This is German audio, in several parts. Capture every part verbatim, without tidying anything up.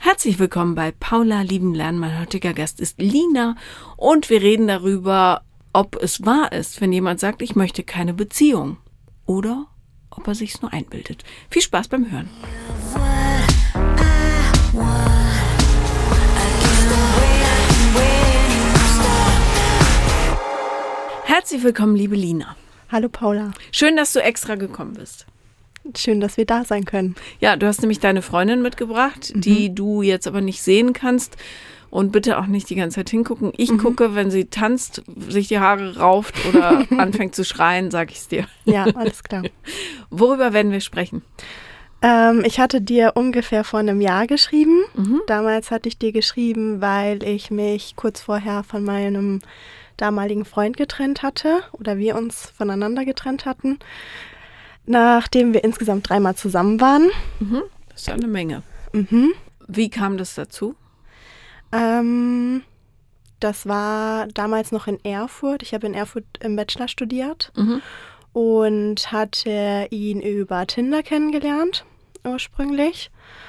Herzlich willkommen bei Paula lieben lernen. Mein heutiger Gast ist Lina und wir reden darüber, ob es wahr ist, wenn jemand sagt, ich möchte keine Beziehung oder ob er sich's nur einbildet. Viel Spaß beim Hören. Herzlich willkommen, liebe Lina. Hallo Paula. Schön, dass du extra gekommen bist. Schön, dass wir da sein können. Ja, du hast nämlich deine Freundin mitgebracht, mhm. die du jetzt aber nicht sehen kannst. Und bitte auch nicht die ganze Zeit hingucken. Ich mhm. gucke, wenn sie tanzt, sich die Haare rauft oder anfängt zu schreien, sag ich's dir. Ja, alles klar. Worüber werden wir sprechen? Ähm, ich hatte dir ungefähr vor einem Jahr geschrieben. Mhm. Damals hatte ich dir geschrieben, weil ich mich kurz vorher von meinem damaligen Freund getrennt hatte oder wir uns voneinander getrennt hatten. Nachdem wir insgesamt dreimal zusammen waren. Mhm. Das ist eine Menge. Mhm. Wie kam das dazu? Ähm, das war damals noch in Erfurt. Ich habe in Erfurt im Bachelor studiert Mhm. und hatte ihn über Tinder kennengelernt, ursprünglich.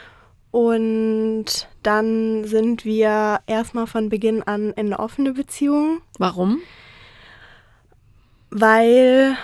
Und dann sind wir erstmal von Beginn an in eine offene Beziehung. Warum? Weil...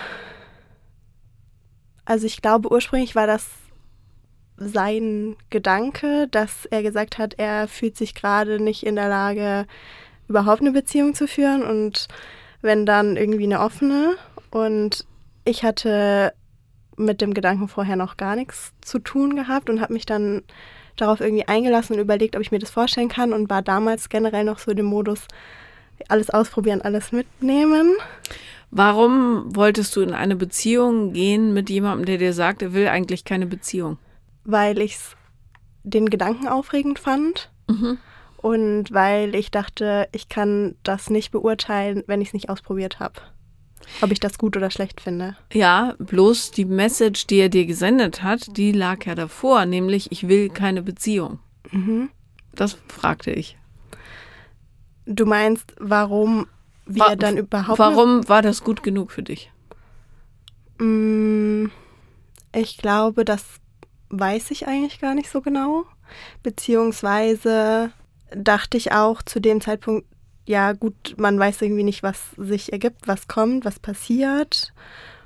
Also ich glaube, ursprünglich war das sein Gedanke, dass er gesagt hat, er fühlt sich gerade nicht in der Lage, überhaupt eine Beziehung zu führen und wenn dann irgendwie eine offene. Und ich hatte mit dem Gedanken vorher noch gar nichts zu tun gehabt und habe mich dann darauf irgendwie eingelassen und überlegt, ob ich mir das vorstellen kann und war damals generell noch so in dem Modus, alles ausprobieren, alles mitnehmen. Warum wolltest du in eine Beziehung gehen mit jemandem, der dir sagt, er will eigentlich keine Beziehung? Weil ich den Gedanken aufregend fand Mhm. und weil ich dachte, ich kann das nicht beurteilen, wenn ich es nicht ausprobiert habe. Ob ich das gut oder schlecht finde. Ja, bloß die Message, die er dir gesendet hat, die lag ja davor, nämlich ich will keine Beziehung. Mhm. Das fragte ich. Du meinst, warum wir Wa- dann überhaupt... Warum war das gut genug für dich? Mm, Ich glaube, das weiß ich eigentlich gar nicht so genau. Beziehungsweise dachte ich auch zu dem Zeitpunkt, ja gut, man weiß irgendwie nicht, was sich ergibt, was kommt, was passiert.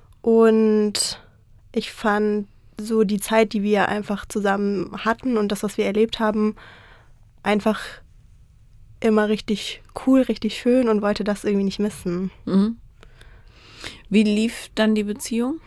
Und ich fand so die Zeit, die wir einfach zusammen hatten und das, was wir erlebt haben, einfach immer richtig cool, richtig schön und wollte das irgendwie nicht missen. Mhm. Wie lief dann die Beziehung?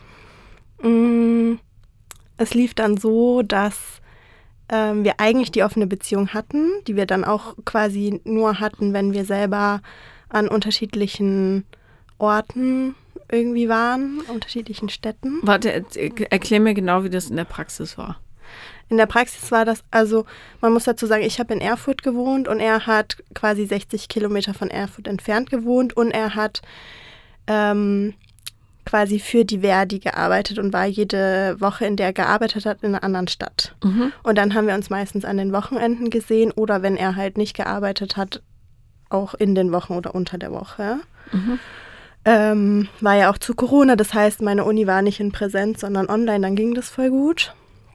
Mm, Es lief dann so, dass ähm, wir eigentlich die offene Beziehung hatten, die wir dann auch quasi nur hatten, wenn wir selber an unterschiedlichen Orten irgendwie waren, unterschiedlichen Städten. Warte, er- erklär mir genau, wie das in der Praxis war. In der Praxis war das, also man muss dazu sagen, ich habe in Erfurt gewohnt und er hat quasi sechzig Kilometer von Erfurt entfernt gewohnt und er hat ähm, quasi für die Verdi gearbeitet und war jede Woche, in der er gearbeitet hat, in einer anderen Stadt. Mhm. Und dann haben wir uns meistens an den Wochenenden gesehen oder wenn er halt nicht gearbeitet hat, auch in den Wochen oder unter der Woche. Mhm. Ähm, war ja auch zu Corona, das heißt, meine Uni war nicht in Präsenz, sondern online, dann ging das voll gut.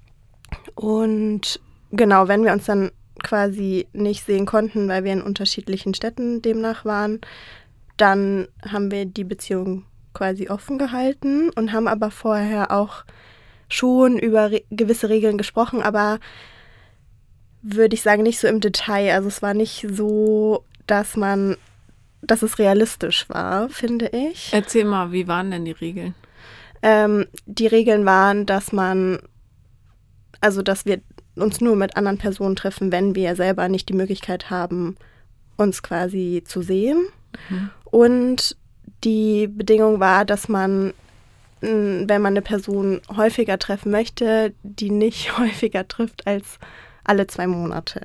Und genau, wenn wir uns dann quasi nicht sehen konnten, weil wir in unterschiedlichen Städten demnach waren, dann haben wir die Beziehung quasi offen gehalten und haben aber vorher auch schon über re- gewisse Regeln gesprochen, aber würde ich sagen, nicht so im Detail. Also es war nicht so, dass man, dass es realistisch war, finde ich. Erzähl mal, wie waren denn die Regeln? Ähm, die Regeln waren, dass man, also dass wir uns nur mit anderen Personen treffen, wenn wir selber nicht die Möglichkeit haben, uns quasi zu sehen. Mhm. Und die Bedingung war, dass man, mh, wenn man eine Person häufiger treffen möchte, die nicht häufiger trifft als alle zwei Monate.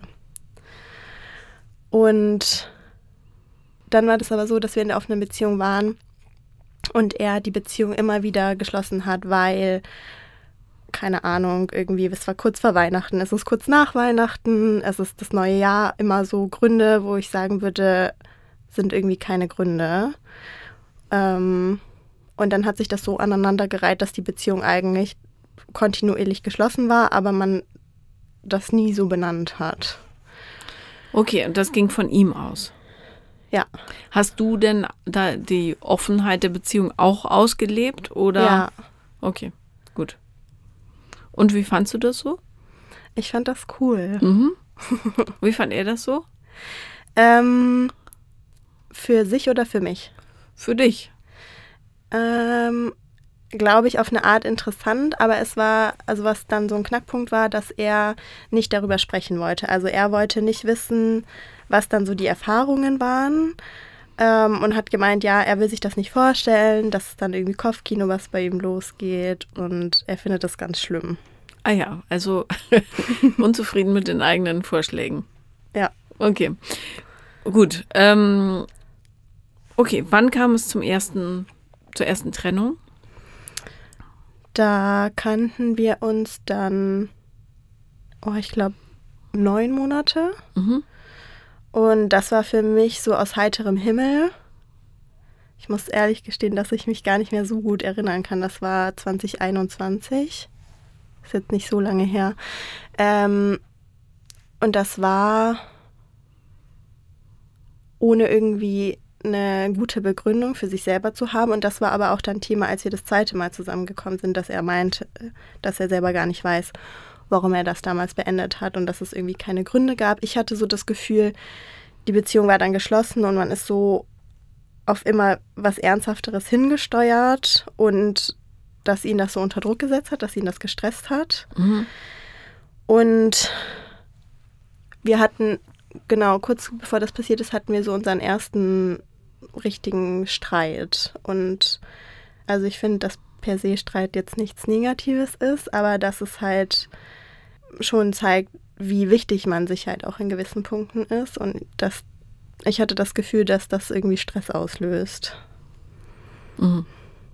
Und dann war das aber so, dass wir in der offenen Beziehung waren und er die Beziehung immer wieder geschlossen hat, weil, keine Ahnung, irgendwie, es war kurz vor Weihnachten, es ist kurz nach Weihnachten, es ist das neue Jahr, immer so Gründe, wo ich sagen würde, sind irgendwie keine Gründe. Ähm, und dann hat sich das so aneinandergereiht, dass die Beziehung eigentlich kontinuierlich geschlossen war, aber man das nie so benannt hat. Okay, und das ging von ihm aus? Ja. Hast du denn da die Offenheit der Beziehung auch ausgelebt, oder? Ja. Okay, gut. Und wie fandst du das so? Ich fand das cool. Mhm. Wie fand er das so? Ähm, für sich oder für mich? Für dich. Ähm, glaube ich, auf eine Art interessant, aber es war, also was dann so ein Knackpunkt war, dass er nicht darüber sprechen wollte. Also er wollte nicht wissen, was dann so die Erfahrungen waren, ähm, und hat gemeint, ja, er will sich das nicht vorstellen, dass es dann irgendwie Kopfkino, was bei ihm losgeht, und er findet das ganz schlimm. Ah ja, also unzufrieden mit den eigenen Vorschlägen. Ja. Okay, gut. Ähm, okay, wann kam es zum ersten, zur ersten Trennung? Da kannten wir uns dann, oh, ich glaube, neun Monate. Mhm. Und das war für mich so aus heiterem Himmel. Ich muss ehrlich gestehen, dass ich mich gar nicht mehr so gut erinnern kann. Das war zwanzig einundzwanzig. Ist jetzt nicht so lange her. Ähm, und das war ohne irgendwie eine gute Begründung für sich selber zu haben. Und das war aber auch dann Thema, als wir das zweite Mal zusammengekommen sind, dass er meint, dass er selber gar nicht weiß, warum er das damals beendet hat und dass es irgendwie keine Gründe gab. Ich hatte so das Gefühl, die Beziehung war dann geschlossen und man ist so auf immer was Ernsthafteres hingesteuert und dass ihn das so unter Druck gesetzt hat, dass ihn das gestresst hat. Mhm. Und wir hatten, genau, kurz bevor das passiert ist, hatten wir so unseren ersten richtigen Streit. Und also ich finde, dass per se Streit jetzt nichts Negatives ist, aber dass es halt schon zeigt, wie wichtig man sich halt auch in gewissen Punkten ist. Und dass ich hatte das Gefühl, dass das irgendwie Stress auslöst. Mhm.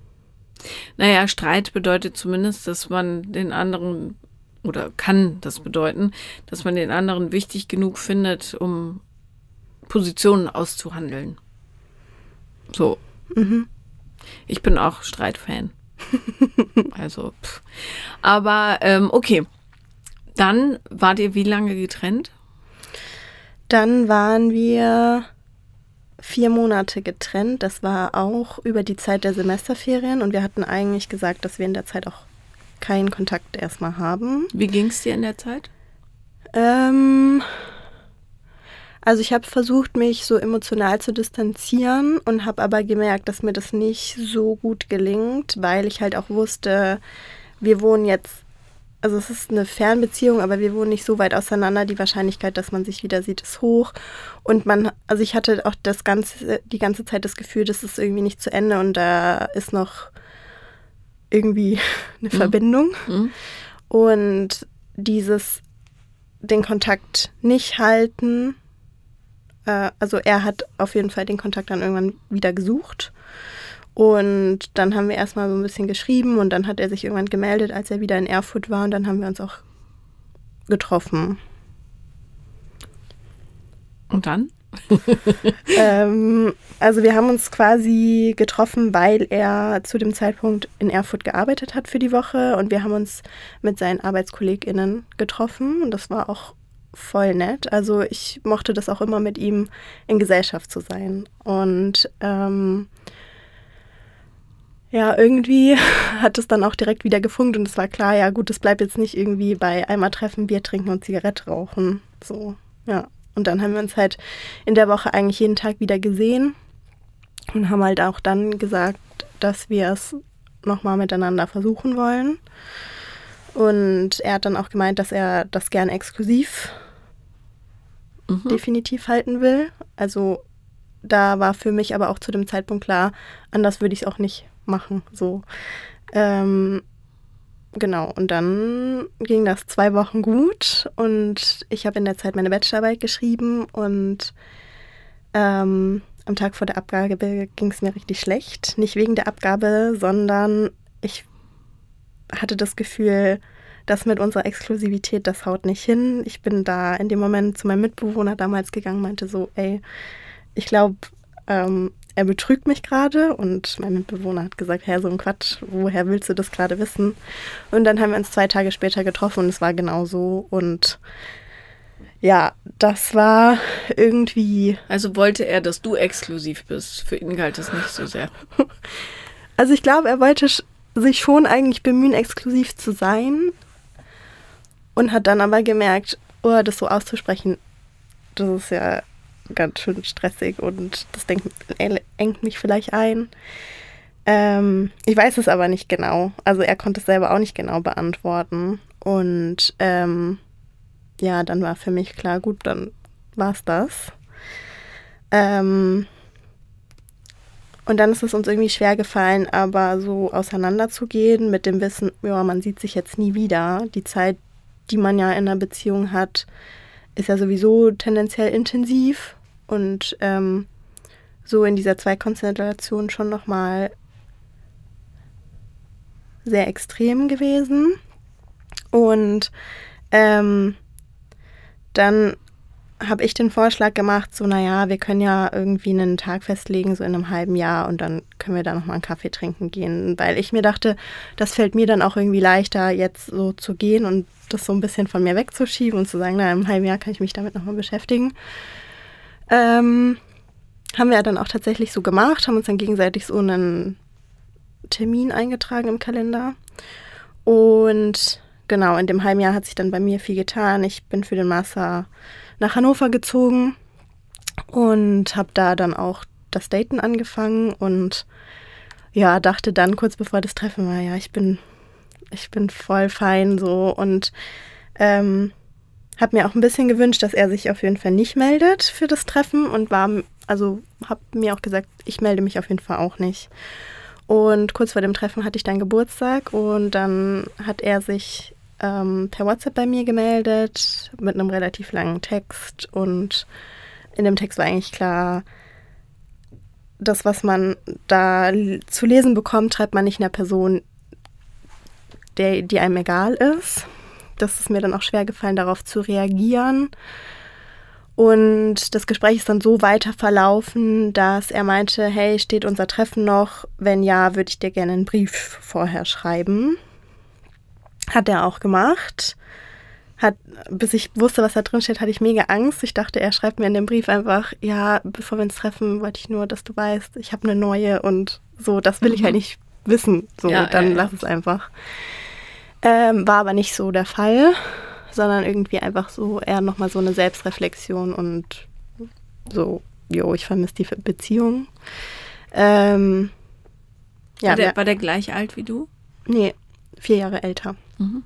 Naja, Streit bedeutet zumindest, dass man den anderen, oder kann das bedeuten, dass man den anderen wichtig genug findet, um Positionen auszuhandeln. So. Mhm. Ich bin auch Streitfan. Also, pff. Aber, ähm, okay. Dann wart ihr wie lange getrennt? Dann waren wir vier Monate getrennt. Das war auch über die Zeit der Semesterferien und wir hatten eigentlich gesagt, dass wir in der Zeit auch keinen Kontakt erstmal haben. Wie ging es dir in der Zeit? Ähm, also ich habe versucht, mich so emotional zu distanzieren und habe aber gemerkt, dass mir das nicht so gut gelingt, weil ich halt auch wusste, wir wohnen jetzt, also es ist eine Fernbeziehung, aber wir wohnen nicht so weit auseinander. Die Wahrscheinlichkeit, dass man sich wieder sieht, ist hoch. Und man, also ich hatte auch das ganze, die ganze Zeit das Gefühl, das ist irgendwie nicht zu Ende und da ist noch irgendwie eine mhm. Verbindung. Mhm. Und dieses, den Kontakt nicht halten, äh, also er hat auf jeden Fall den Kontakt dann irgendwann wieder gesucht. Und dann haben wir erstmal so ein bisschen geschrieben und dann hat er sich irgendwann gemeldet, als er wieder in Erfurt war und dann haben wir uns auch getroffen. Und dann? ähm, also wir haben uns quasi getroffen, weil er zu dem Zeitpunkt in Erfurt gearbeitet hat für die Woche und wir haben uns mit seinen ArbeitskollegInnen getroffen und das war auch voll nett. Also ich mochte das auch immer, mit ihm in Gesellschaft zu sein. Und ähm, ja, irgendwie hat es dann auch direkt wieder gefunkt und es war klar, ja gut, es bleibt jetzt nicht irgendwie bei einmal treffen, Bier trinken und Zigarette rauchen. So, ja. Und dann haben wir uns halt in der Woche eigentlich jeden Tag wieder gesehen und haben halt auch dann gesagt, dass wir es nochmal miteinander versuchen wollen. Und er hat dann auch gemeint, dass er das gerne exklusiv mhm. definitiv halten will. Also da war für mich aber auch zu dem Zeitpunkt klar, anders würde ich es auch nicht machen. So. Ähm, genau, und dann ging das zwei Wochen gut und ich habe in der Zeit meine Bachelorarbeit geschrieben und ähm, am Tag vor der Abgabe ging es mir richtig schlecht. Nicht wegen der Abgabe, sondern ich hatte das Gefühl, dass mit unserer Exklusivität, das haut nicht hin. Ich bin da in dem Moment zu meinem Mitbewohner damals gegangen, meinte so, ey, ich glaube, ähm, er betrügt mich gerade und mein Mitbewohner hat gesagt, hä, so ein Quatsch, woher willst du das gerade wissen? Und dann haben wir uns zwei Tage später getroffen und es war genau so und Ja, das war irgendwie... Also wollte er, dass du exklusiv bist. Für ihn galt das nicht so sehr. Also ich glaube, er wollte sch- sich schon eigentlich bemühen, exklusiv zu sein und hat dann aber gemerkt, oh, das so auszusprechen, das ist ja ganz schön stressig und das denkt, engt mich vielleicht ein. Ähm, ich weiß es aber nicht genau. Also er konnte es selber auch nicht genau beantworten. Und ähm, ja, dann war für mich klar, gut, dann war es das. Ähm, und dann ist es uns irgendwie schwer gefallen, aber so auseinanderzugehen mit dem Wissen, ja, man sieht sich jetzt nie wieder. Die Zeit, die man ja in einer Beziehung hat, ist ja sowieso tendenziell intensiv und ähm, so in dieser Zweikonstellation schon nochmal sehr extrem gewesen. Und ähm, dann habe ich den Vorschlag gemacht, so naja, wir können ja irgendwie einen Tag festlegen, so in einem halben Jahr und dann können wir da nochmal einen Kaffee trinken gehen, weil ich mir dachte, das fällt mir dann auch irgendwie leichter, jetzt so zu gehen und das so ein bisschen von mir wegzuschieben und zu sagen, na, im halben Jahr kann ich mich damit nochmal beschäftigen. Ähm, haben wir dann auch tatsächlich so gemacht, haben uns dann gegenseitig so einen Termin eingetragen im Kalender und genau, in dem halben Jahr hat sich dann bei mir viel getan. Ich bin für den Master nach Hannover gezogen und habe da dann auch das Daten angefangen und ja, dachte dann kurz bevor das Treffen war, ja, ich bin, ich bin voll fein so und ähm, habe mir auch ein bisschen gewünscht, dass er sich auf jeden Fall nicht meldet für das Treffen und war, also habe mir auch gesagt, ich melde mich auf jeden Fall auch nicht. Und kurz vor dem Treffen hatte ich dann Geburtstag und dann hat er sich ähm, per WhatsApp bei mir gemeldet mit einem relativ langen Text und in dem Text war eigentlich klar, das, was man da zu lesen bekommt, schreibt man nicht einer Person, der, die einem egal ist. Das ist mir dann auch schwer gefallen, darauf zu reagieren. Und das Gespräch ist dann so weiter verlaufen, dass er meinte, hey, steht unser Treffen noch? Wenn ja, würde ich dir gerne einen Brief vorher schreiben. Hat er auch gemacht. Hat, bis ich wusste, was da drin steht, hatte ich mega Angst. Ich dachte, er schreibt mir in dem Brief einfach, ja, bevor wir uns treffen, wollte ich nur, dass du weißt, ich habe eine neue und so, das will ich halt nicht wissen. So, Ja, dann ja, ja. lass es einfach. Ähm, war aber nicht so der Fall, sondern irgendwie einfach so eher nochmal so eine Selbstreflexion und so, jo, ich vermisse die Beziehung. Ähm, ja, war, der, ja, war der gleich alt wie du? nee, vier Jahre älter. Mhm.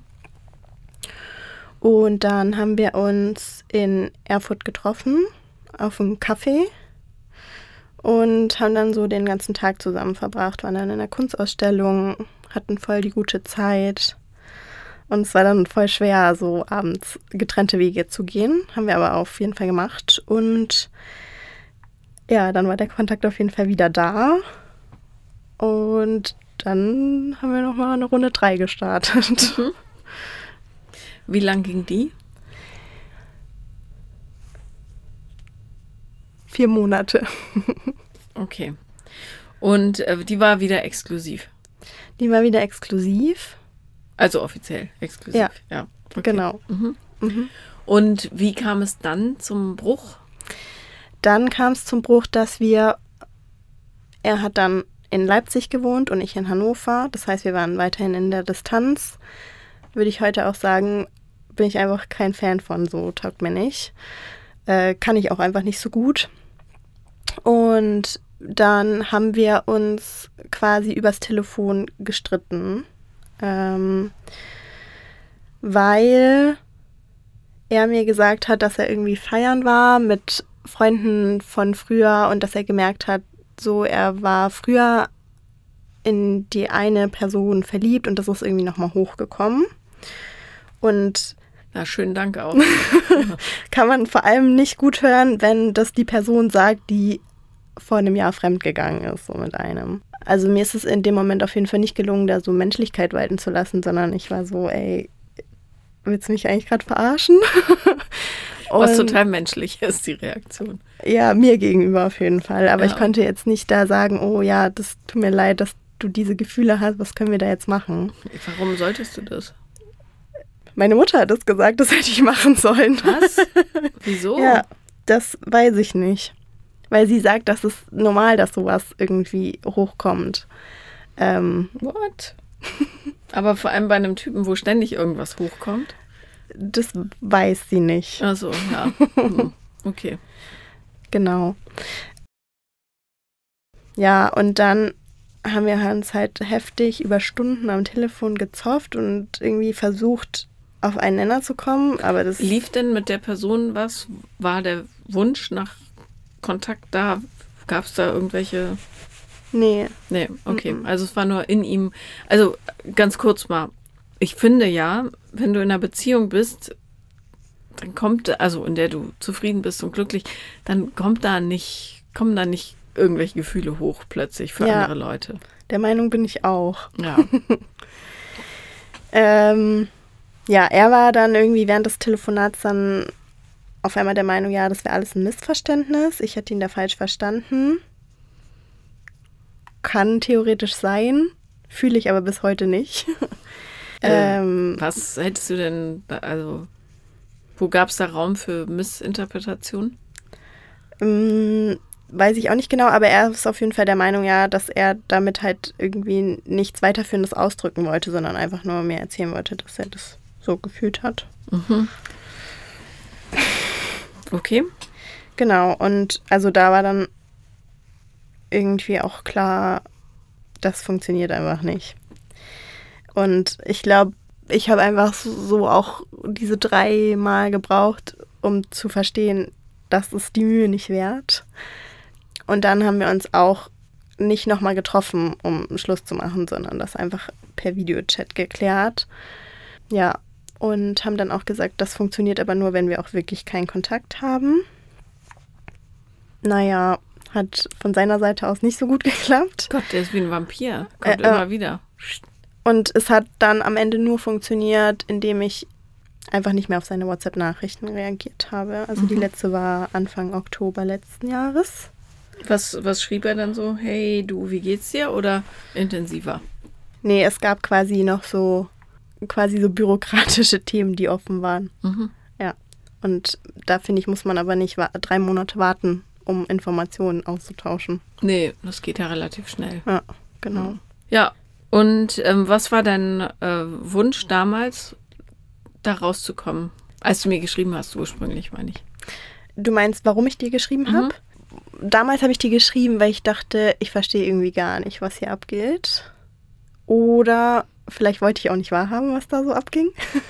Und dann haben wir uns in Erfurt getroffen, auf einem Café und haben dann so den ganzen Tag zusammen verbracht, waren dann in der Kunstausstellung, hatten voll die gute Zeit. Und es war dann voll schwer, so abends getrennte Wege zu gehen. Haben wir aber auf jeden Fall gemacht. Und ja, dann war der Kontakt auf jeden Fall wieder da. Und dann haben wir nochmal eine Runde drei gestartet. Mhm. Wie lang ging die? Vier Monate. Okay. Und äh, die war wieder exklusiv? Die war wieder exklusiv. Also offiziell exklusiv, Ja, ja. Okay. Genau. Mhm. Mhm. Und wie kam es dann zum Bruch? Dann kam es zum Bruch, dass wir, er hat dann in Leipzig gewohnt und ich in Hannover. Das heißt, wir waren weiterhin in der Distanz. Würde ich heute auch sagen, bin ich einfach kein Fan von, so taugt mir nicht. Äh, kann ich auch einfach nicht so gut. Und dann haben wir uns quasi übers Telefon gestritten, ähm, weil er mir gesagt hat, dass er irgendwie feiern war mit Freunden von früher und dass er gemerkt hat, so er war früher in die eine Person verliebt und das ist irgendwie nochmal hochgekommen. Und Ja, schönen Dank auch. kann man vor allem nicht gut hören, wenn das die Person sagt, die vor einem Jahr fremdgegangen ist, so mit einem. Also mir ist es in dem Moment auf jeden Fall nicht gelungen, da so Menschlichkeit walten zu lassen, sondern ich war so, ey, willst du mich eigentlich gerade verarschen? Was Und total menschlich ist, die Reaktion. ja, mir gegenüber auf jeden Fall. Aber Ja. ich konnte jetzt nicht da sagen, oh ja, das tut mir leid, dass du diese Gefühle hast, was können wir da jetzt machen? Warum solltest du das? Meine Mutter hat es gesagt, das hätte ich machen sollen. Was? Wieso? Ja, das weiß ich nicht. Weil sie sagt, das ist normal, dass sowas irgendwie hochkommt. Ähm, What? Aber vor allem bei einem Typen, wo ständig irgendwas hochkommt? Das weiß sie nicht. Ach so, ja. Hm. Okay. Genau. Ja, und dann haben wir uns halt heftig über Stunden am Telefon gezofft und irgendwie versucht, auf einen Nenner zu kommen. Aber das Lief denn mit der Person was? War der Wunsch nach Kontakt da? Gab es da irgendwelche... Nee. Nee, okay. Mm-mm. Also es war nur in ihm. Also ganz kurz mal. Ich finde ja, wenn du in einer Beziehung bist, dann kommt, also in der du zufrieden bist und glücklich, dann kommt da nicht, kommen da nicht irgendwelche Gefühle hoch plötzlich für ja, andere Leute. Der Meinung bin ich auch. Ja. ähm, ja, er war dann irgendwie während des Telefonats dann auf einmal der Meinung, ja, das wäre alles ein Missverständnis. Ich hätte ihn da falsch verstanden. Kann theoretisch sein, fühle ich aber bis heute nicht. äh, ähm, was hättest du denn, da, also wo gab es da Raum für Missinterpretation? Ähm, weiß ich auch nicht genau, aber er ist auf jeden Fall der Meinung, ja, dass er damit halt irgendwie nichts Weiterführendes ausdrücken wollte, sondern einfach nur mir erzählen wollte, dass er das so gefühlt hat. Mhm. Okay. Genau, und also da war dann irgendwie auch klar, das funktioniert einfach nicht. Und ich glaube, ich habe einfach so auch diese drei Mal gebraucht, um zu verstehen, dass es die Mühe nicht wert. Und dann haben wir uns auch nicht nochmal getroffen, um Schluss zu machen, sondern das einfach per Videochat geklärt. Ja, und haben dann auch gesagt, das funktioniert aber nur, wenn wir auch wirklich keinen Kontakt haben. Naja, hat von seiner Seite aus nicht so gut geklappt. Gott, der ist wie ein Vampir. Kommt äh, immer äh, wieder. Und es hat dann am Ende nur funktioniert, indem ich einfach nicht mehr auf seine WhatsApp-Nachrichten reagiert habe. Also mhm. die letzte war Anfang Oktober letzten Jahres. Was, was schrieb er dann so? Hey, du, wie geht's dir? Oder intensiver? Nee, es gab quasi noch so quasi so bürokratische Themen, die offen waren. Mhm. Ja. Und da, finde ich, muss man aber nicht wa- drei Monate warten, um Informationen auszutauschen. Nee, das geht ja relativ schnell. Ja, genau. Ja, und ähm, was war dein äh, Wunsch damals, da rauszukommen? Als du mir geschrieben hast, ursprünglich, meine ich. Du meinst, warum ich dir geschrieben mhm. habe? Damals habe ich dir geschrieben, weil ich dachte, ich verstehe irgendwie gar nicht, was hier abgeht. Oder vielleicht wollte ich auch nicht wahrhaben, was da so abging.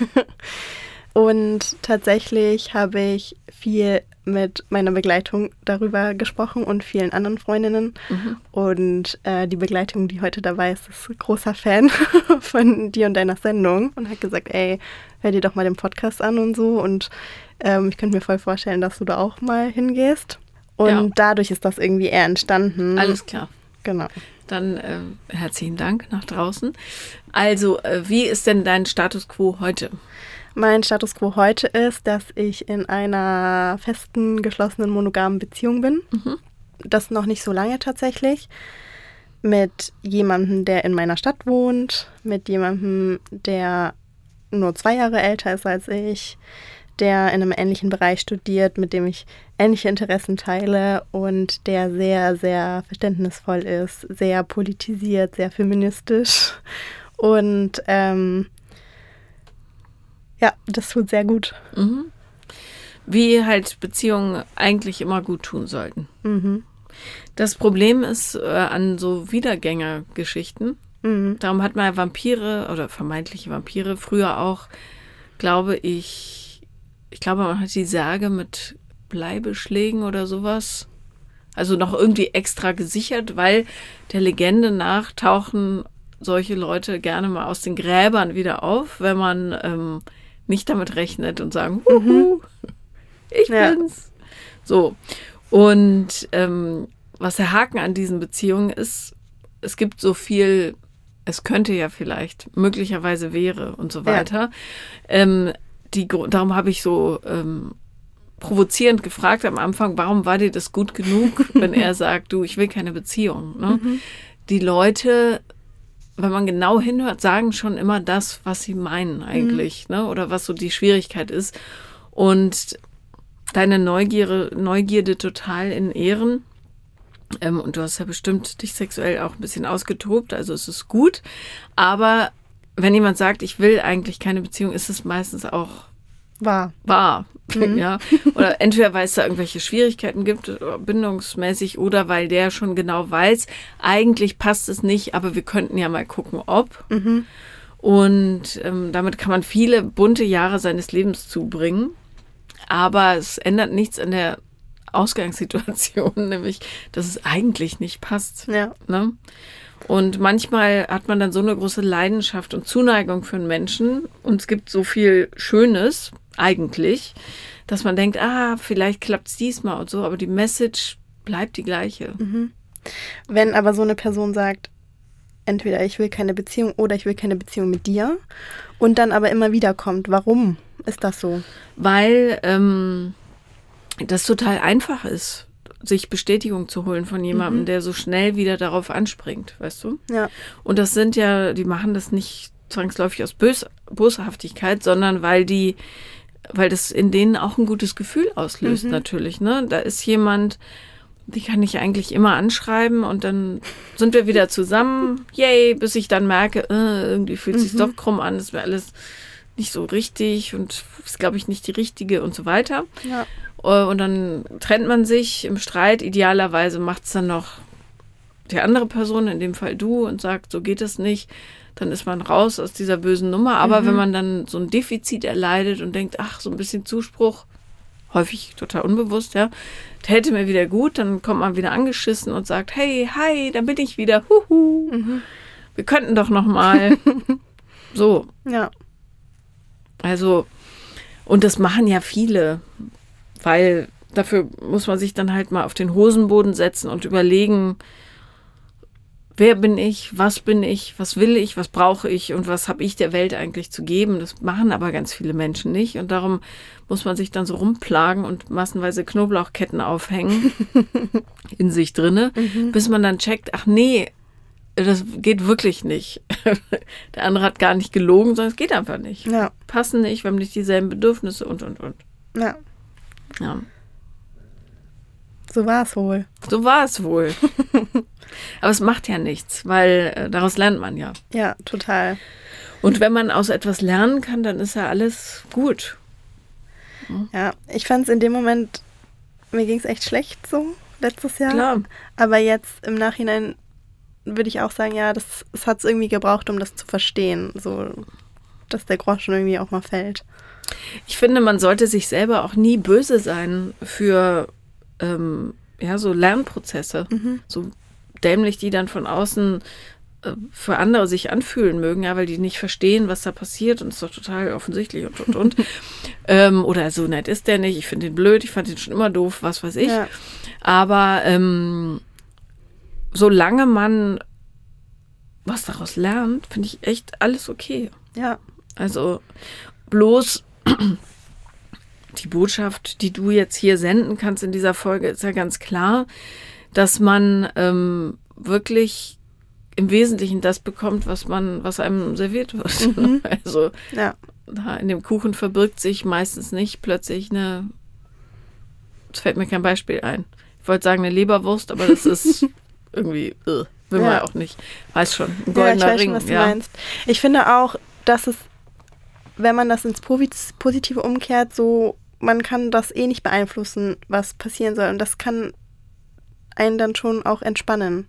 Und tatsächlich habe ich viel mit meiner Begleitung darüber gesprochen und vielen anderen Freundinnen. Mhm. Und äh, die Begleitung, die heute dabei ist, ist ein großer Fan von dir und deiner Sendung und hat gesagt, ey, hör dir doch mal den Podcast an und so. Und ähm, ich könnte mir voll vorstellen, dass du da auch mal hingehst. Und ja. dadurch ist das irgendwie eher entstanden. Alles klar. Genau. Dann äh, herzlichen Dank nach draußen. Also, äh, wie ist denn dein Status quo heute? Mein Status quo heute ist, dass ich in einer festen, geschlossenen, monogamen Beziehung bin. Mhm. Das noch nicht so lange tatsächlich. Mit jemandem, der in meiner Stadt wohnt. Mit jemandem, der nur zwei Jahre älter ist als ich. Der in einem ähnlichen Bereich studiert, mit dem ich ähnliche Interessen teile und der sehr, sehr verständnisvoll ist, sehr politisiert, sehr feministisch. Und ähm, ja, das tut sehr gut. Mhm. Wie halt Beziehungen eigentlich immer gut tun sollten. Mhm. Das Problem ist äh, an so Wiedergängergeschichten. Mhm. Darum hat man Vampire oder vermeintliche Vampire früher auch, glaube ich, ich glaube, man hat die Särge mit Bleibeschlägen oder sowas. Also noch irgendwie extra gesichert, weil der Legende nach tauchen solche Leute gerne mal aus den Gräbern wieder auf, wenn man ähm, nicht damit rechnet und sagen, Huhu, ich ja. bin's. So. Und ähm, was der Haken an diesen Beziehungen ist, es gibt so viel, es könnte ja vielleicht, möglicherweise wäre und so weiter. Ja. Ähm, Die, darum habe ich so ähm, provozierend gefragt am Anfang, warum war dir das gut genug, wenn er sagt, du, ich will keine Beziehung. Ne? Mhm. Die Leute wenn man genau hinhört, sagen schon immer das, was sie meinen eigentlich, mhm. ne? Oder was so die Schwierigkeit ist. Und deine Neugierde, Neugierde total in Ehren. Ähm, und du hast ja bestimmt dich sexuell auch ein bisschen ausgetobt, also es ist gut. Aber wenn jemand sagt, ich will eigentlich keine Beziehung, ist es meistens auch wahr. Wahr. Mhm. Ja. Oder entweder weil es da irgendwelche Schwierigkeiten gibt, bindungsmäßig, oder weil der schon genau weiß, eigentlich passt es nicht, aber wir könnten ja mal gucken, ob. Mhm. Und ähm, damit kann man viele bunte Jahre seines Lebens zubringen. Aber es ändert nichts an der Ausgangssituation, nämlich, dass es eigentlich nicht passt. Ja. Ne? Und manchmal hat man dann so eine große Leidenschaft und Zuneigung für einen Menschen und es gibt so viel Schönes eigentlich, dass man denkt, ah, vielleicht klappt es diesmal und so, aber die Message bleibt die gleiche. Mhm. Wenn aber so eine Person sagt, entweder ich will keine Beziehung oder ich will keine Beziehung mit dir und dann aber immer wieder kommt, warum ist das so? Weil ähm, das total einfach ist, sich Bestätigung zu holen von jemandem, mhm. der so schnell wieder darauf anspringt, weißt du? Ja. Und das sind ja, die machen das nicht zwangsläufig aus Bös- Boshaftigkeit, sondern weil die, weil das in denen auch ein gutes Gefühl auslöst, mhm. natürlich, ne? Da ist jemand, die kann ich eigentlich immer anschreiben und dann sind wir wieder zusammen, yay, bis ich dann merke, äh, irgendwie fühlt es sich Mhm. doch krumm an, das wäre alles nicht so richtig und ist, glaube ich, nicht die richtige und so weiter. Ja. Und dann trennt man sich im Streit. Idealerweise macht es dann noch die andere Person, in dem Fall du, und sagt, so geht es nicht. Dann ist man raus aus dieser bösen Nummer. Aber Mhm. wenn man dann so ein Defizit erleidet und denkt, ach, so ein bisschen Zuspruch, häufig total unbewusst, ja, täte mir wieder gut, dann kommt man wieder angeschissen und sagt, hey, hi, da bin ich wieder, huhu, Mhm. wir könnten doch noch mal. So. Ja. Also, und das machen ja viele, weil dafür muss man sich dann halt mal auf den Hosenboden setzen und überlegen, wer bin ich, was bin ich, was will ich, was brauche ich und was habe ich der Welt eigentlich zu geben. Das machen aber ganz viele Menschen nicht und darum muss man sich dann so rumplagen und massenweise Knoblauchketten aufhängen in sich drinne, Mhm. bis man dann checkt, ach nee, das geht wirklich nicht. Der andere hat gar nicht gelogen, sondern es geht einfach nicht. Ja. Passen nicht, wir haben nicht dieselben Bedürfnisse und, und, und. Ja. Ja, So war es wohl. so war es wohl. Aber es macht ja nichts, weil äh, daraus lernt man ja. Ja, total. Und wenn man aus etwas lernen kann, dann ist ja alles gut. Ja, ich fand es in dem Moment, mir ging es echt schlecht so letztes Jahr. Klar. Aber jetzt im Nachhinein würde ich auch sagen, ja, das, das hat es irgendwie gebraucht, um das zu verstehen. So, dass der Groschen irgendwie auch mal fällt. Ich finde, man sollte sich selber auch nie böse sein für ähm, ja, so Lernprozesse. Mhm. So dämlich die dann von außen äh, für andere sich anfühlen mögen, ja, weil die nicht verstehen, was da passiert und es ist doch total offensichtlich und, und, und. ähm, oder so nett ist der nicht, ich finde den blöd, ich fand den schon immer doof, was weiß ich. Ja. Aber ähm, solange man was daraus lernt, finde ich echt alles okay. Ja. Also bloß die Botschaft, die du jetzt hier senden kannst in dieser Folge, ist ja ganz klar, dass man ähm, wirklich im Wesentlichen das bekommt, was man, was einem serviert wird. Mhm. Also Ja. da in dem Kuchen verbirgt sich meistens nicht plötzlich eine, es fällt mir kein Beispiel ein. Ich wollte sagen eine Leberwurst, aber das ist irgendwie, uh, will man Ja. ja auch nicht. Weiß schon, ein Ja, ich goldener weiß Ring. schon, was du ja. meinst. Ich finde auch, dass es, wenn man das ins Posi- Positive umkehrt, so, man kann das eh nicht beeinflussen, was passieren soll. Und das kann einen dann schon auch entspannen.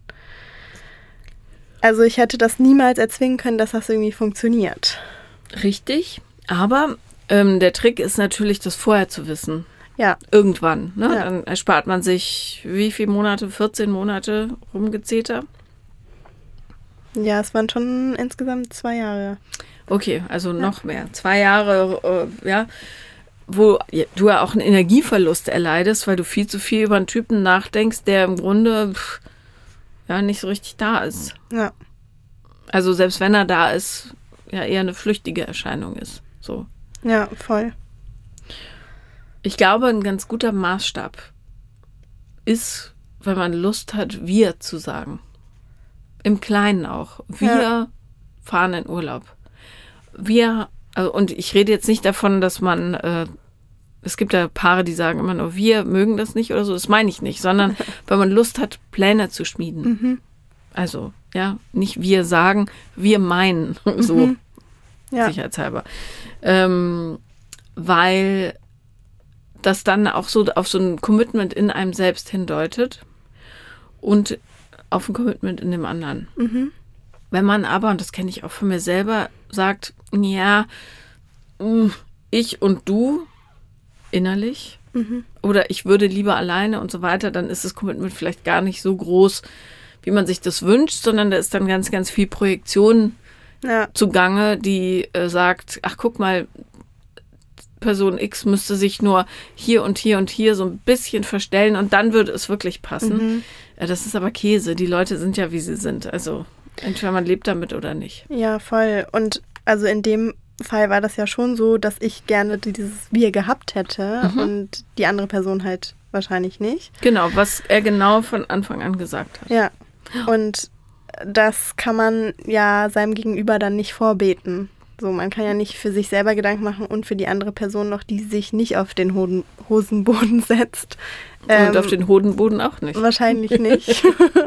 Also ich hätte das niemals erzwingen können, dass das irgendwie funktioniert. Richtig, aber ähm, der Trick ist natürlich, das vorher zu wissen. Ja. Irgendwann. Ne? Ja. Dann erspart man sich wie viele Monate? vierzehn Monate Rumgezeter. Ja, es waren schon insgesamt zwei Jahre. Okay, also noch mehr. Zwei Jahre, äh, ja, wo du ja auch einen Energieverlust erleidest, weil du viel zu viel über einen Typen nachdenkst, der im Grunde pff, ja nicht so richtig da ist. Ja. Also selbst wenn er da ist, ja eher eine flüchtige Erscheinung ist. So. Ja, voll. Ich glaube, ein ganz guter Maßstab ist, wenn man Lust hat, wir zu sagen. Im Kleinen auch. Wir ja. fahren in Urlaub. Wir, also, und ich rede jetzt nicht davon, dass man, äh, es gibt ja Paare, die sagen immer nur, wir mögen das nicht oder so, das meine ich nicht, sondern wenn man Lust hat, Pläne zu schmieden. Mhm. Also, ja, nicht wir sagen, wir meinen, so mhm. ja. sicherheitshalber. Ähm, weil das dann auch so auf so ein Commitment in einem selbst hindeutet und auf ein Commitment in dem anderen. Mhm. Wenn man aber, und das kenne ich auch von mir selber, sagt, ja, ich und du innerlich mhm. oder ich würde lieber alleine und so weiter, dann ist das Commitment vielleicht gar nicht so groß, wie man sich das wünscht, sondern da ist dann ganz, ganz viel Projektion ja. zugange, die äh, sagt, ach guck mal, Person X müsste sich nur hier und hier und hier so ein bisschen verstellen und dann würde es wirklich passen. Mhm. Ja, das ist aber Käse. Die Leute sind ja, wie sie sind. Also entweder man lebt damit oder nicht. Ja, voll. Und also in dem Fall war das ja schon so, dass ich gerne dieses Wir gehabt hätte Mhm. und die andere Person halt wahrscheinlich nicht. Genau, was er genau von Anfang an gesagt hat. Ja, und das kann man ja seinem Gegenüber dann nicht vorbeten. So, man kann ja nicht für sich selber Gedanken machen und für die andere Person noch, die sich nicht auf den Hoden, Hosenboden setzt. Und ähm, auf den Hodenboden auch nicht. Wahrscheinlich nicht.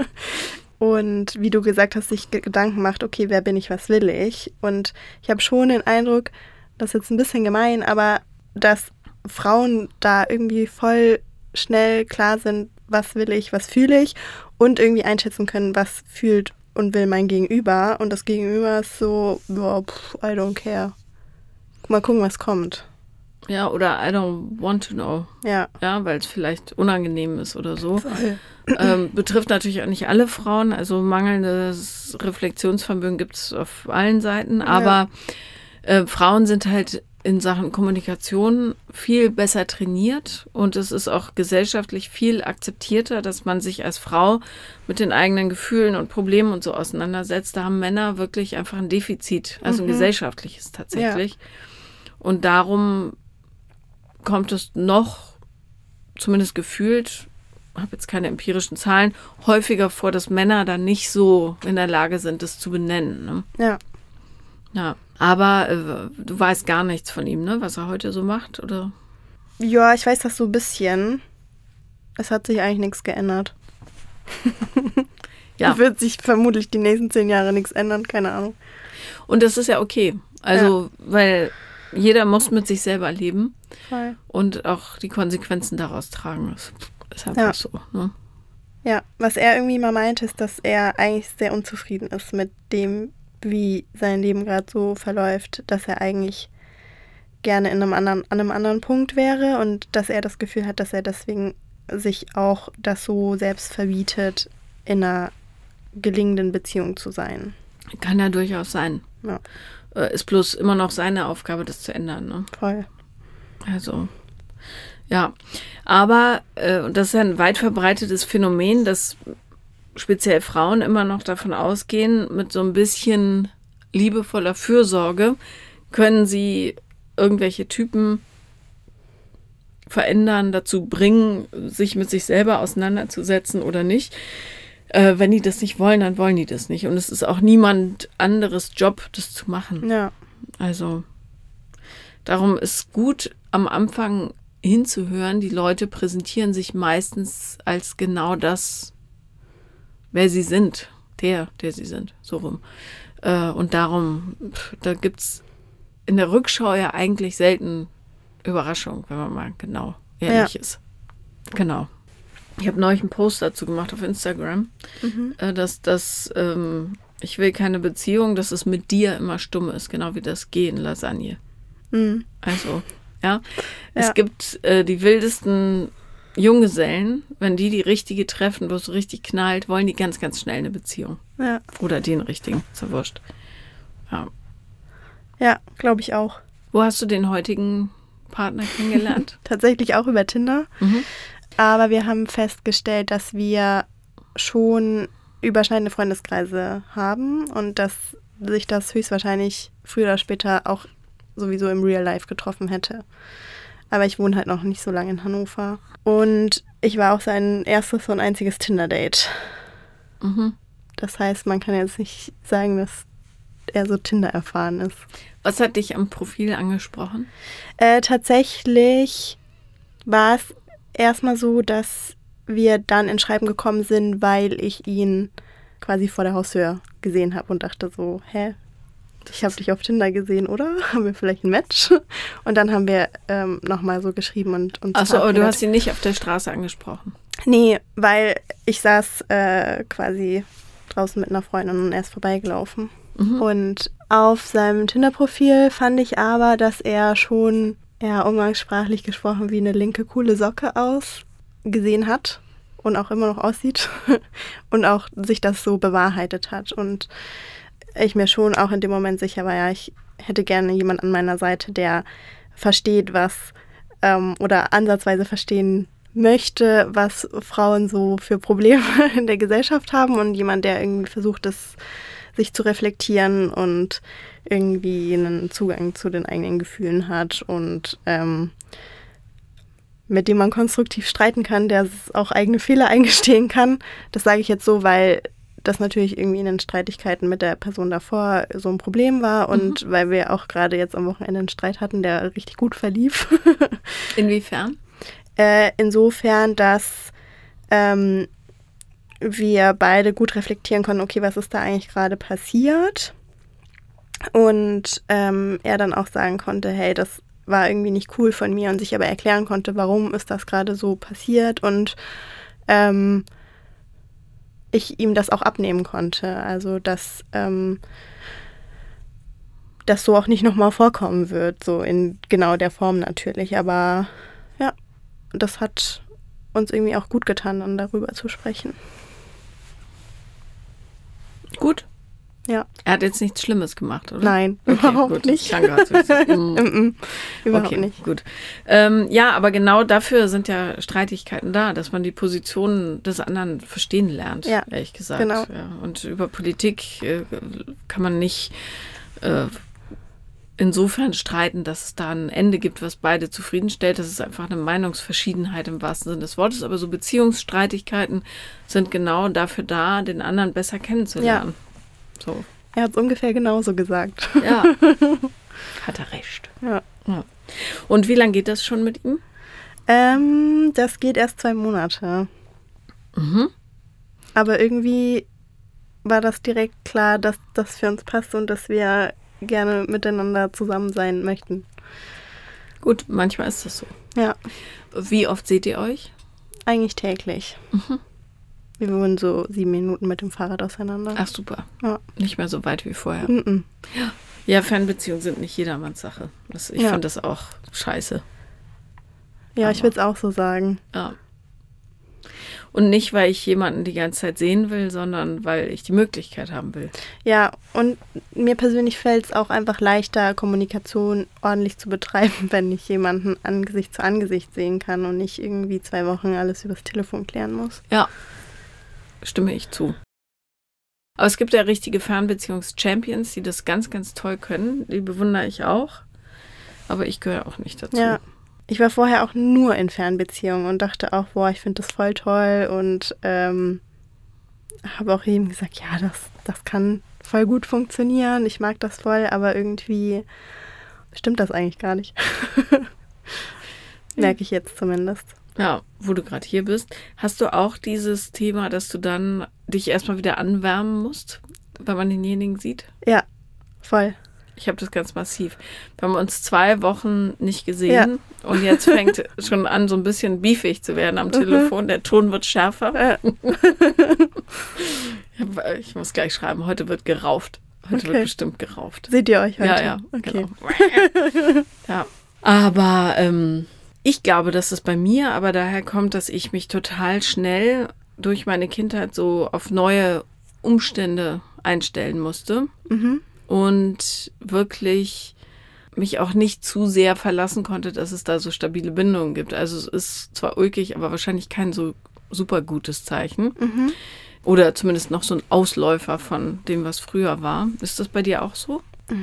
Und wie du gesagt hast, sich Gedanken macht, okay, wer bin ich, was will ich? Und ich habe schon den Eindruck, das ist jetzt ein bisschen gemein, aber dass Frauen da irgendwie voll schnell klar sind, was will ich, was fühle ich und irgendwie einschätzen können, was fühlt und will mein Gegenüber. Und das Gegenüber ist so, boah, pff, I don't care. Mal gucken, was kommt. Ja, oder I don't want to know. Ja. Ja, weil es vielleicht unangenehm ist oder so. Voll. Ähm, betrifft natürlich auch nicht alle Frauen. Also mangelndes Reflexionsvermögen gibt es auf allen Seiten. Aber ja. äh, Frauen sind halt in Sachen Kommunikation viel besser trainiert. Und es ist auch gesellschaftlich viel akzeptierter, dass man sich als Frau mit den eigenen Gefühlen und Problemen und so auseinandersetzt. Da haben Männer wirklich einfach ein Defizit. Also ein Mhm. gesellschaftliches tatsächlich. Ja. Und darum kommt es noch, zumindest gefühlt, habe jetzt keine empirischen Zahlen, häufiger vor, dass Männer dann nicht so in der Lage sind, das zu benennen. Ne? Ja. Ja, aber äh, du weißt gar nichts von ihm, ne? Was er heute so macht, oder? Ja, ich weiß das so ein bisschen. Es hat sich eigentlich nichts geändert. Ja. Es wird sich vermutlich die nächsten zehn Jahre nichts ändern, keine Ahnung. Und das ist ja okay. Also, ja. weil jeder muss mit sich selber leben. Voll. Und auch die Konsequenzen daraus tragen. Das ist einfach ja. so. Ne? Ja, was er irgendwie mal meint, ist, dass er eigentlich sehr unzufrieden ist mit dem, wie sein Leben gerade so verläuft, dass er eigentlich gerne in einem anderen, an einem anderen Punkt wäre und dass er das Gefühl hat, dass er deswegen sich auch das so selbst verbietet, in einer gelingenden Beziehung zu sein. Kann ja durchaus sein. Ja. Ist bloß immer noch seine Aufgabe, das zu ändern. Ne? Voll. Also, ja. Aber, äh, und das ist ja ein weit verbreitetes Phänomen, dass speziell Frauen immer noch davon ausgehen, mit so ein bisschen liebevoller Fürsorge können sie irgendwelche Typen verändern, dazu bringen, sich mit sich selber auseinanderzusetzen oder nicht. Äh, wenn die das nicht wollen, dann wollen die das nicht. Und es ist auch niemand anderes Job, das zu machen. Ja. Also, darum ist gut, am Anfang hinzuhören. Die Leute präsentieren sich meistens als genau das, wer sie sind. Der, der sie sind. So rum. Äh, und darum, pff, da gibt es in der Rückschau ja eigentlich selten Überraschung, wenn man mal genau ehrlich ja. ist. Genau. Ich habe neulich einen Post dazu gemacht auf Instagram, mhm. äh, dass das, ähm, ich will keine Beziehung, dass es mit dir immer stumm ist, genau wie das Gehen Lasagne. Mhm. Also, ja. Ja. Es gibt äh, die wildesten Junggesellen, wenn die die richtige treffen, wo es so richtig knallt, wollen die ganz, ganz schnell eine Beziehung. Ja. Oder den richtigen, ist ja wurscht. Ja, ja glaube ich auch. Wo hast du den heutigen Partner kennengelernt? Tatsächlich auch über Tinder. Mhm. Aber wir haben festgestellt, dass wir schon überschneidende Freundeskreise haben und dass sich das höchstwahrscheinlich früher oder später auch sowieso im Real Life getroffen hätte. Aber ich wohne halt noch nicht so lange in Hannover. Und ich war auch sein erstes und einziges Tinder-Date. Mhm. Das heißt, man kann jetzt nicht sagen, dass er so Tinder erfahren ist. Was hat dich am Profil angesprochen? Äh, tatsächlich war es erstmal so, dass wir dann ins Schreiben gekommen sind, weil ich ihn quasi vor der Haustür gesehen habe und dachte so, hä, ich habe dich auf Tinder gesehen, oder? Haben wir vielleicht ein Match? Und dann haben wir ähm, nochmal so geschrieben und uns Achso, aber du hast ihn nicht auf der Straße angesprochen? Nee, weil ich saß äh, quasi draußen mit einer Freundin und er ist vorbeigelaufen. Mhm. Und auf seinem Tinder-Profil fand ich aber, dass er schon, ja, umgangssprachlich gesprochen, wie eine linke coole Socke ausgesehen hat und auch immer noch aussieht und auch sich das so bewahrheitet hat. Und ich mir schon auch in dem Moment sicher war, ja, ich hätte gerne jemand an meiner Seite, der versteht, was ähm, oder ansatzweise verstehen möchte, was Frauen so für Probleme in der Gesellschaft haben und jemand, der irgendwie versucht, das sich zu reflektieren und irgendwie einen Zugang zu den eigenen Gefühlen hat und ähm, mit dem man konstruktiv streiten kann, der auch eigene Fehler eingestehen kann. Das sage ich jetzt so, weil das natürlich irgendwie in den Streitigkeiten mit der Person davor so ein Problem war und mhm. weil wir auch gerade jetzt am Wochenende einen Streit hatten, der richtig gut verlief. Inwiefern? Äh, insofern, dass ähm, wir beide gut reflektieren konnten, okay, was ist da eigentlich gerade passiert? Und ähm, er dann auch sagen konnte, hey, das war irgendwie nicht cool von mir und sich aber erklären konnte, warum ist das gerade so passiert und ähm, ich ihm das auch abnehmen konnte. Also, dass ähm, das so auch nicht nochmal vorkommen wird, so in genau der Form natürlich. Aber ja, das hat uns irgendwie auch gut getan, dann darüber zu sprechen. Gut. Ja. Er hat jetzt nichts Schlimmes gemacht, oder? Nein, okay, überhaupt gut, nicht. Das klang gerade so. mm. Überhaupt okay, nicht. Gut. Ähm, ja, aber genau dafür sind ja Streitigkeiten da, dass man die Positionen des anderen verstehen lernt, ja, ehrlich gesagt. Genau. Ja, und über Politik äh, kann man nicht äh, insofern streiten, dass es da ein Ende gibt, was beide zufriedenstellt. Das ist einfach eine Meinungsverschiedenheit im wahrsten Sinne des Wortes. Aber so Beziehungsstreitigkeiten sind genau dafür da, den anderen besser kennenzulernen. Ja. So. Er hat es ungefähr genauso gesagt. Ja, hat er recht. Ja. Ja. Und wie lange geht das schon mit ihm? Ähm, das geht erst zwei Monate. Mhm. Aber irgendwie war das direkt klar, dass das für uns passt und dass wir gerne miteinander zusammen sein möchten. Gut, manchmal ist das so. Ja. Wie oft seht ihr euch? Eigentlich täglich. Mhm. Wir wohnen so sieben Minuten mit dem Fahrrad auseinander. Ach, super. Ja. Nicht mehr so weit wie vorher. Mhm. Ja, Fernbeziehungen sind nicht jedermanns Sache. Das, ich ja. finde das auch scheiße. Ja, Aber. ich würde es auch so sagen. Ja. Und nicht, weil ich jemanden die ganze Zeit sehen will, sondern weil ich die Möglichkeit haben will. Ja, und mir persönlich fällt es auch einfach leichter, Kommunikation ordentlich zu betreiben, wenn ich jemanden Angesicht zu Angesicht sehen kann und nicht irgendwie zwei Wochen alles übers Telefon klären muss. Ja, stimme ich zu. Aber es gibt ja richtige Fernbeziehungs-Champions, die das ganz, ganz toll können. Die bewundere ich auch. Aber ich gehöre auch nicht dazu. Ja. Ich war vorher auch nur in Fernbeziehungen und dachte auch, boah, ich finde das voll toll und ähm, habe auch jedem gesagt, ja, das, das kann voll gut funktionieren, ich mag das voll, aber irgendwie stimmt das eigentlich gar nicht. Merke ich jetzt zumindest. Ja, wo du gerade hier bist, hast du auch dieses Thema, dass du dann dich erstmal wieder anwärmen musst, wenn man denjenigen sieht? Ja, voll. Ich habe das ganz massiv. Wir haben uns zwei Wochen nicht gesehen ja. und jetzt fängt schon an, so ein bisschen beefig zu werden am Telefon. Mhm. Der Ton wird schärfer. Ja. Ich muss gleich schreiben, heute wird gerauft. Heute okay. wird bestimmt gerauft. Seht ihr euch heute? Ja, ja. Okay. Genau. Ja. Aber ähm, ich glaube, dass es bei mir aber daher kommt, dass ich mich total schnell durch meine Kindheit so auf neue Umstände einstellen musste. Mhm. Und wirklich mich auch nicht zu sehr verlassen konnte, dass es da so stabile Bindungen gibt. Also es ist zwar ulkig, aber wahrscheinlich kein so super gutes Zeichen. Mhm. Oder zumindest noch so ein Ausläufer von dem, was früher war. Ist das bei dir auch so?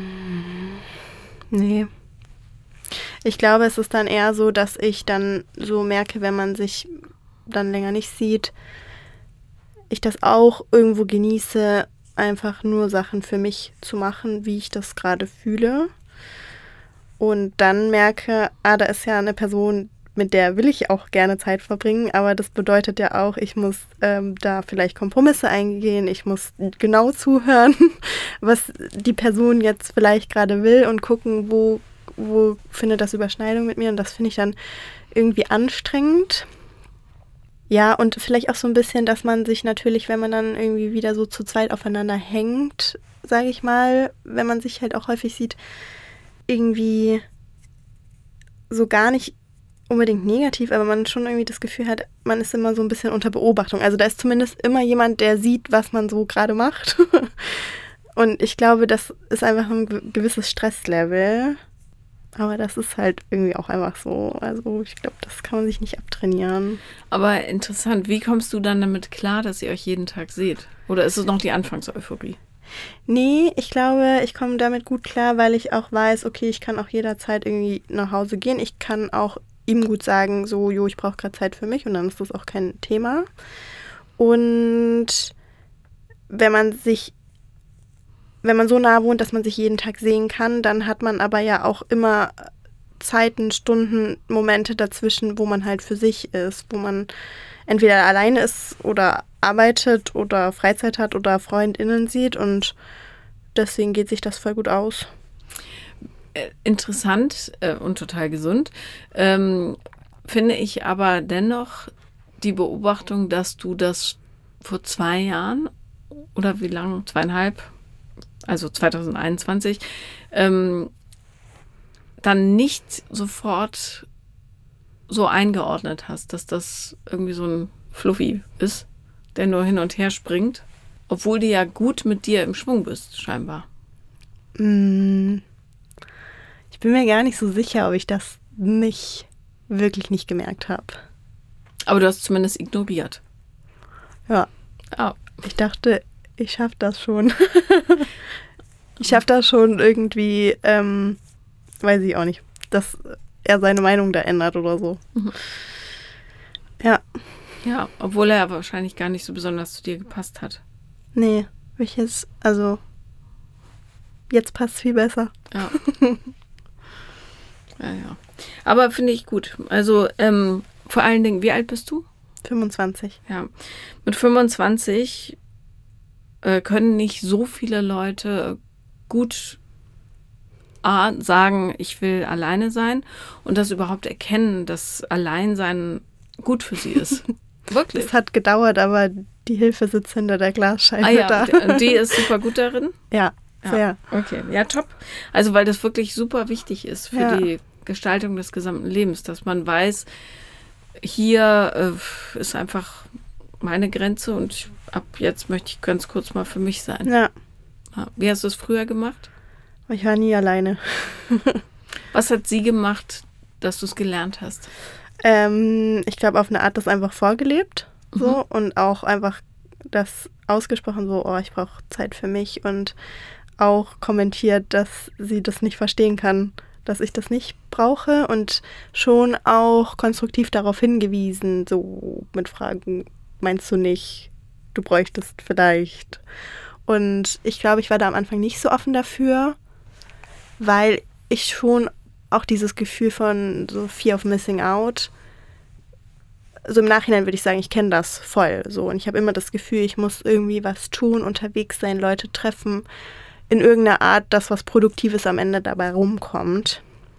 Nee. Ich glaube, es ist dann eher so, dass ich dann so merke, wenn man sich dann länger nicht sieht, ich das auch irgendwo genieße, einfach nur Sachen für mich zu machen, wie ich das gerade fühle. Und dann merke, ah, da ist ja eine Person, mit der will ich auch gerne Zeit verbringen, aber das bedeutet ja auch, ich muss ähm, da vielleicht Kompromisse eingehen, ich muss genau zuhören, was die Person jetzt vielleicht gerade will und gucken, wo, wo findet das Überschneidung mit mir, und das finde ich dann irgendwie anstrengend. Ja, und vielleicht auch so ein bisschen, dass man sich natürlich, wenn man dann irgendwie wieder so zu zweit aufeinander hängt, sage ich mal, wenn man sich halt auch häufig sieht, irgendwie so gar nicht unbedingt negativ, aber man schon irgendwie das Gefühl hat, man ist immer so ein bisschen unter Beobachtung. Also da ist zumindest immer jemand, der sieht, was man so gerade macht. Und ich glaube, das ist einfach ein gewisses Stresslevel. Aber das ist halt irgendwie auch einfach so. Also ich glaube, das kann man sich nicht abtrainieren. Aber interessant, wie kommst du dann damit klar, dass ihr euch jeden Tag seht? Oder ist es noch die Anfangseuphorie? Nee, ich glaube, ich komme damit gut klar, weil ich auch weiß, okay, ich kann auch jederzeit irgendwie nach Hause gehen. Ich kann auch ihm gut sagen, so, jo, ich brauche gerade Zeit für mich, und dann ist das auch kein Thema. Und wenn man sich, wenn man so nah wohnt, dass man sich jeden Tag sehen kann, dann hat man aber ja auch immer Zeiten, Stunden, Momente dazwischen, wo man halt für sich ist, wo man entweder alleine ist oder arbeitet oder Freizeit hat oder FreundInnen sieht, und deswegen geht sich das voll gut aus. Interessant äh, und total gesund, ähm, finde ich aber dennoch die Beobachtung, dass du das vor zwei Jahren oder wie lang, zweieinhalb, also zwanzig einundzwanzig, ähm, dann nicht sofort so eingeordnet hast, dass das irgendwie so ein Fluffy ist, der nur hin und her springt, obwohl du ja gut mit dir im Schwung bist, scheinbar. Mm. Ich bin mir gar nicht so sicher, ob ich das nicht, wirklich nicht gemerkt habe. Aber du hast zumindest ignoriert. Ja. Oh. Ich dachte, ich schaffe das schon. Ich schaffe das schon irgendwie, ähm, weiß ich auch nicht, dass er seine Meinung da ändert oder so. Mhm. Ja. Ja, obwohl er wahrscheinlich gar nicht so besonders zu dir gepasst hat. Nee, welches, also jetzt passt es viel besser. Ja. Ja, ja. Aber finde ich gut. Also ähm, vor allen Dingen, wie alt bist du? fünfundzwanzig. Ja. Mit fünfundzwanzig äh, können nicht so viele Leute gut A, sagen, ich will alleine sein, und das überhaupt erkennen, dass Alleinsein gut für sie ist. Wirklich. Es hat gedauert, aber die Hilfe sitzt hinter der Glasscheibe ah, ja. da. Und die ist super gut darin? Ja. Sehr. Ja, okay. Ja, top. Also, weil das wirklich super wichtig ist für ja. die Gestaltung des gesamten Lebens, dass man weiß, hier äh, ist einfach meine Grenze, und ab jetzt möchte ich ganz kurz mal für mich sein. Ja. Ja. Wie hast du es früher gemacht? Ich war nie alleine. Was hat sie gemacht, dass du es gelernt hast? Ähm, ich glaube, auf eine Art das einfach vorgelebt. So, Mhm. und auch einfach das ausgesprochen, so, oh, ich brauche Zeit für mich, und auch kommentiert, dass sie das nicht verstehen kann, dass ich das nicht brauche, und schon auch konstruktiv darauf hingewiesen, so mit Fragen, meinst du nicht, du bräuchtest vielleicht. Und ich glaube, ich war da am Anfang nicht so offen dafür, weil ich schon auch dieses Gefühl von so Fear of Missing Out, so im Nachhinein würde ich sagen, ich kenne das voll so, und ich habe immer das Gefühl, ich muss irgendwie was tun, unterwegs sein, Leute treffen, in irgendeiner Art, dass was Produktives am Ende dabei rumkommt.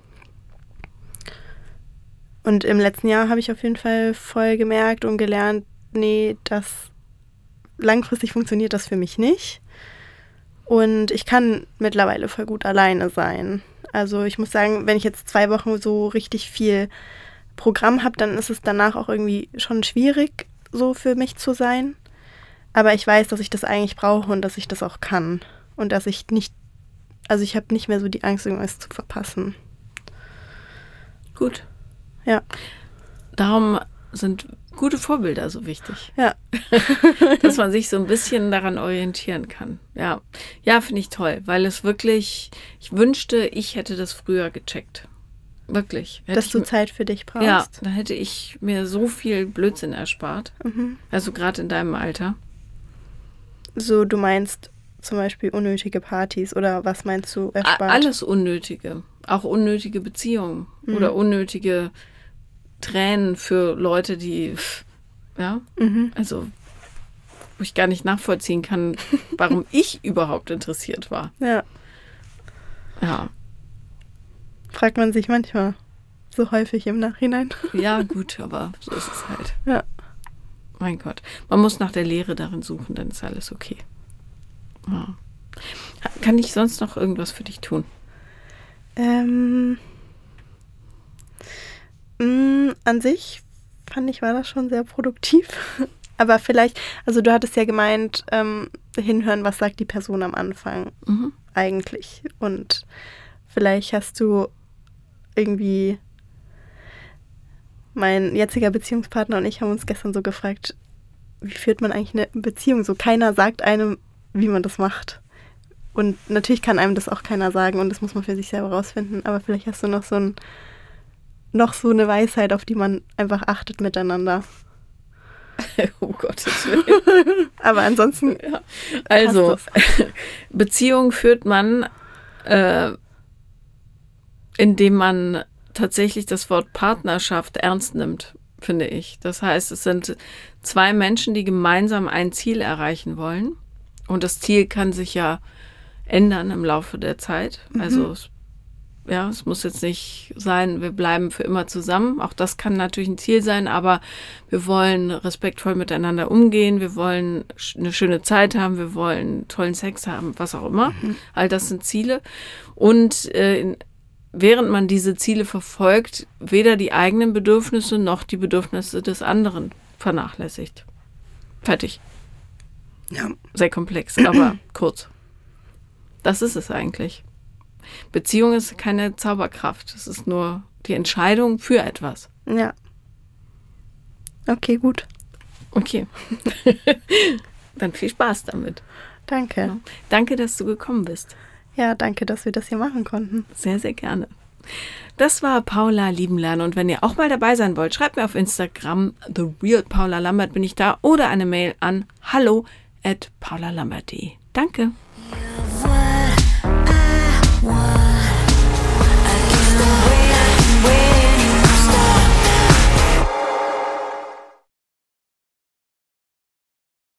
Und im letzten Jahr habe ich auf jeden Fall voll gemerkt und gelernt, nee, das langfristig funktioniert das für mich nicht. Und ich kann mittlerweile voll gut alleine sein. Also ich muss sagen, wenn ich jetzt zwei Wochen so richtig viel Programm habe, dann ist es danach auch irgendwie schon schwierig, so für mich zu sein. Aber ich weiß, dass ich das eigentlich brauche und dass ich das auch kann. Und dass ich nicht, also ich habe nicht mehr so die Angst, irgendwas zu verpassen. Gut. Ja. Darum sind gute Vorbilder so wichtig. Ja. Dass man sich so ein bisschen daran orientieren kann. Ja, ja, finde ich toll, weil es wirklich, ich wünschte, ich hätte das früher gecheckt. Wirklich. Hätte Dass ich du mir, Zeit für dich brauchst. Ja, da hätte ich mir so viel Blödsinn erspart. Mhm. Also gerade in deinem Alter. So, du meinst zum Beispiel unnötige Partys oder was meinst du erspart? Alles Unnötige. Auch unnötige Beziehungen mhm. oder unnötige Tränen für Leute, die, ja, mhm. also wo ich gar nicht nachvollziehen kann, warum ich überhaupt interessiert war. Ja. Ja. Fragt man sich manchmal so häufig im Nachhinein. Ja, gut, aber so ist es halt. Ja. Mein Gott. Man muss nach der Lehre darin suchen, dann ist alles okay. Ja. Kann ich sonst noch irgendwas für dich tun? Ähm, mh, an sich fand ich, war das schon sehr produktiv. Aber vielleicht, also du hattest ja gemeint, ähm, hinhören, was sagt die Person am Anfang mhm. eigentlich. Und vielleicht hast du irgendwie, mein jetziger Beziehungspartner und ich haben uns gestern so gefragt, wie führt man eigentlich eine Beziehung? So keiner sagt einem, wie man das macht. Und natürlich kann einem das auch keiner sagen und das muss man für sich selber rausfinden. Aber vielleicht hast du noch so ein, noch so eine Weisheit, auf die man einfach achtet miteinander. Oh Gottes Willen. Aber ansonsten. Ja. Also, Beziehung führt man, äh, indem man tatsächlich das Wort Partnerschaft ernst nimmt, finde ich. Das heißt, es sind zwei Menschen, die gemeinsam ein Ziel erreichen wollen. Und das Ziel kann sich ja ändern im Laufe der Zeit. Mhm. Also es, ja, es muss jetzt nicht sein, wir bleiben für immer zusammen. Auch das kann natürlich ein Ziel sein, aber wir wollen respektvoll miteinander umgehen, wir wollen eine schöne Zeit haben, wir wollen tollen Sex haben, was auch immer. Mhm. All das sind Ziele. Und äh, in, während man diese Ziele verfolgt, weder die eigenen Bedürfnisse noch die Bedürfnisse des anderen vernachlässigt. Fertig. Ja. Sehr komplex, aber kurz. Das ist es eigentlich. Beziehung ist keine Zauberkraft. Es ist nur die Entscheidung für etwas. Ja. Okay, gut. Okay. Dann viel Spaß damit. Danke. Ja. Danke, dass du gekommen bist. Ja, danke, dass wir das hier machen konnten. Sehr, sehr gerne. Das war Paula Liebenlerner und wenn ihr auch mal dabei sein wollt, schreibt mir auf Instagram, The Real Paula Lambert bin ich da oder eine Mail an hallo at paulalambert punkt de. Danke. What I want.